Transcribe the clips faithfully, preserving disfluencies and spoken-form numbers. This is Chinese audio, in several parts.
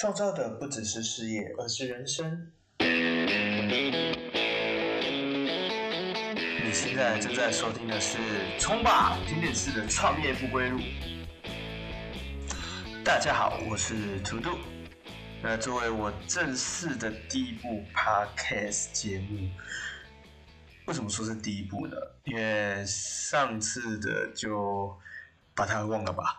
创造的不只是事业，而是人生。你现在正在收听的是《冲吧甜点师的创业不归路》。大家好，我是图图。那作为我正式的第一部 Podcast 节目，为什么说是第一部呢？因为上次的就把它忘了吧。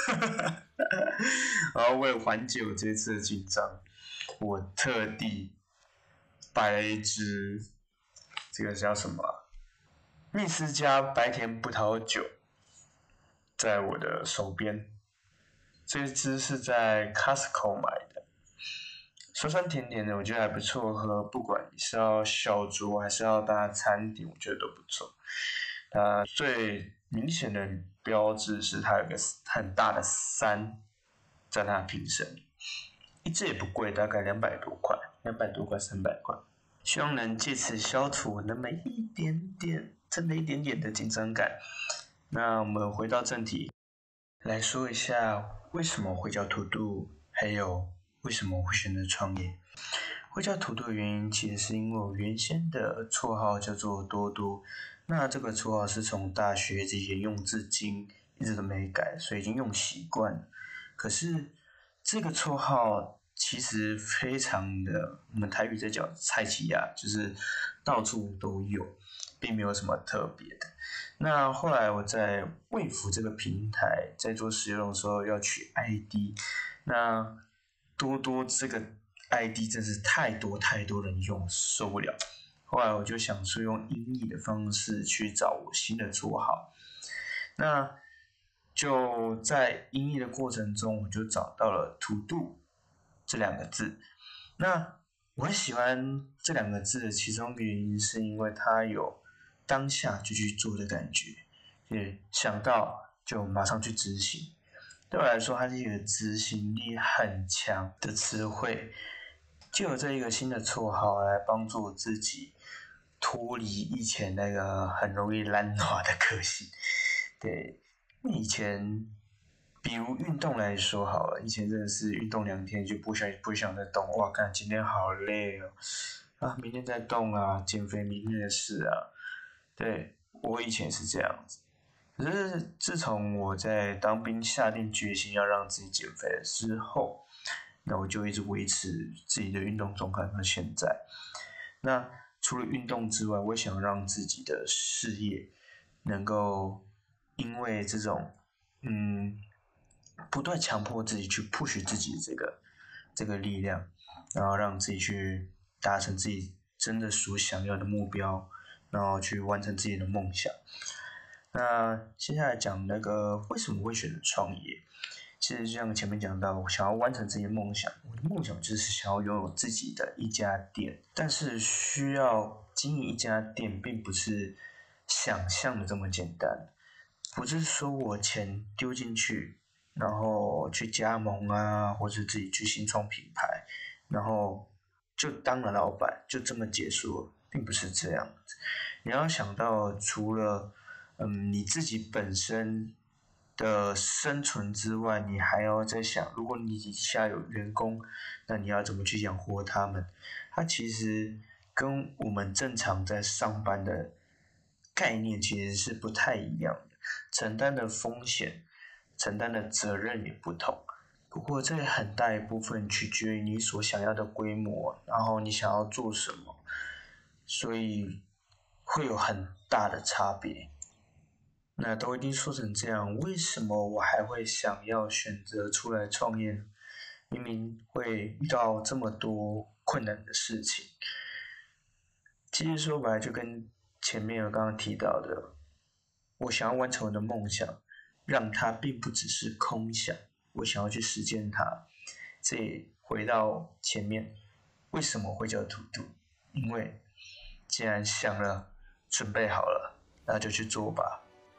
然后为了缓解我这次的紧张，我特地摆了一支这个叫什么啊密斯加白甜葡萄酒在我的手边。这一支是在 Costco 买的，酸酸甜甜的，我觉得还不错喝。不管你是要小酌还是要搭餐点，我觉得都不错。它最明显的标志是它有一个很大的三在它的瓶身，一支也不贵，大概两百多块，两百多块，三百块。希望能借此消除我那么一点点，真的一点点的紧张感。那我们回到正题，来说一下为什么会叫图图，还有为什么会选择创业。会叫图图的原因，其实是因为我原先的绰号叫做多多，那这个绰号是从大学一直沿用至今，一直都没改，所以已经用习惯了。可是这个绰号其实非常的，我们台语在讲菜奇亚，就是到处都有，并没有什么特别的。那后来我在卫福这个平台在做使用的时候要取 I D， 那多多这个 I D 真是太多太多人用，受不了。后来我就想说用音译的方式去找我新的绰号。那就在音译的过程中，我就找到了图图这两个字。那我很喜欢这两个字的其中一个原因是因为它有当下就去做的感觉，也想到就马上去执行。对我来说，它是一个执行力很强的词汇。就有这一个新的绰号来帮助我自己脱离以前那个很容易懒惰的个性。对，以前比如运动来说好了，以前真的是运动两天就不想不想再动，哇，看今天好累哦，啊，明天再动啊，减肥明天的事啊。对，我以前是这样子，可是自从我在当兵下定决心要让自己减肥的之后，那我就一直维持自己的运动状态到现在。那除了运动之外，我想让自己的事业能够因为这种嗯不断强迫自己去 push 自己的这个这个力量，然后让自己去达成自己真的所想要的目标，然后去完成自己的梦想。那接下来讲那个为什么会选择创业，其实就像前面讲到，我想要完成自己的梦想，我的梦想就是想要拥有自己的一家店，但是需要经营一家店并不是想象的这么简单，不是说我钱丢进去，然后去加盟啊，或者自己去新创品牌，然后就当了老板，就这么结束了，并不是这样子。你要想到，除了嗯你自己本身的生存之外，你还要在想，如果你底下有员工，那你要怎么去养活他们？它其实跟我们正常在上班的概念其实是不太一样的，承担的风险、承担的责任也不同。不过这很大一部分取决于你所想要的规模，然后你想要做什么，所以会有很大的差别。那都已经说成这样，为什么我还会想要选择出来创业呢？明明会遇到这么多困难的事情。其实说白了，就跟前面我刚刚提到的，我想要完成我的梦想，让它并不只是空想，我想要去实践它。这也回到前面，为什么会叫图图？因为既然想了，准备好了，那就去做吧。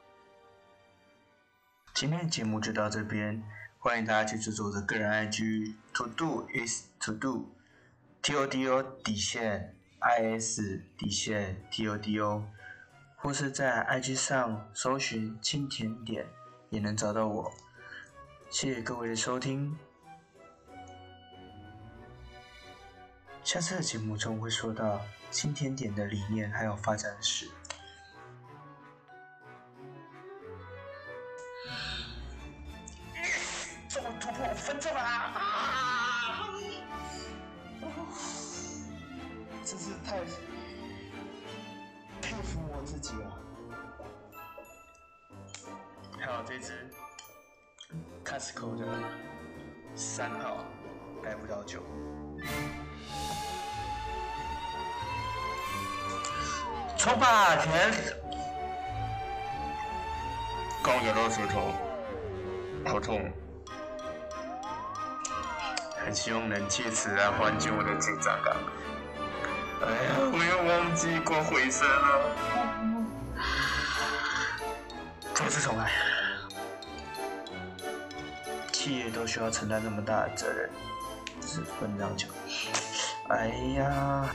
今天的节目就到这边，欢迎大家去追踪我的个人 I G to do is to do T O D O 底线 I S 底线 T O D O， 或是在 I G 上搜寻轻甜点也能找到我。谢谢各位的收听。 下次的节目中会说到新甜点的理念还有发展史。终于突破五分钟啦！啊！真是太佩服我自己了。还有这只 Costco 的三号白葡萄酒。冲吧，甜！刚咬到舌头，好痛。很希望能借此来缓解我的紧张感。哎呀，我又忘记过回声了。再次重来。企业都需要承担那么大的责任，是不能这样讲。哎呀，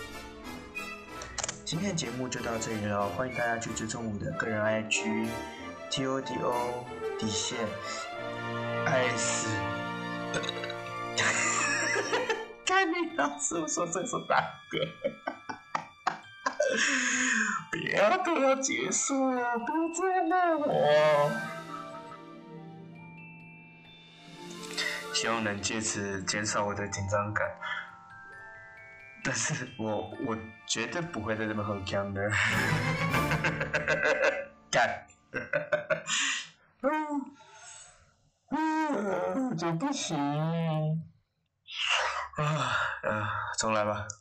今天的节目就到这里了，欢迎大家去追踪我的个人 I G T O D O 底线 S。看你老师说这是哪个？不要都要结束了，不要再骂我。希望能借此减少我的紧张感，但是我我绝对不会再这么很强的。干，嗯嗯，这不行。啊啊，重来吧。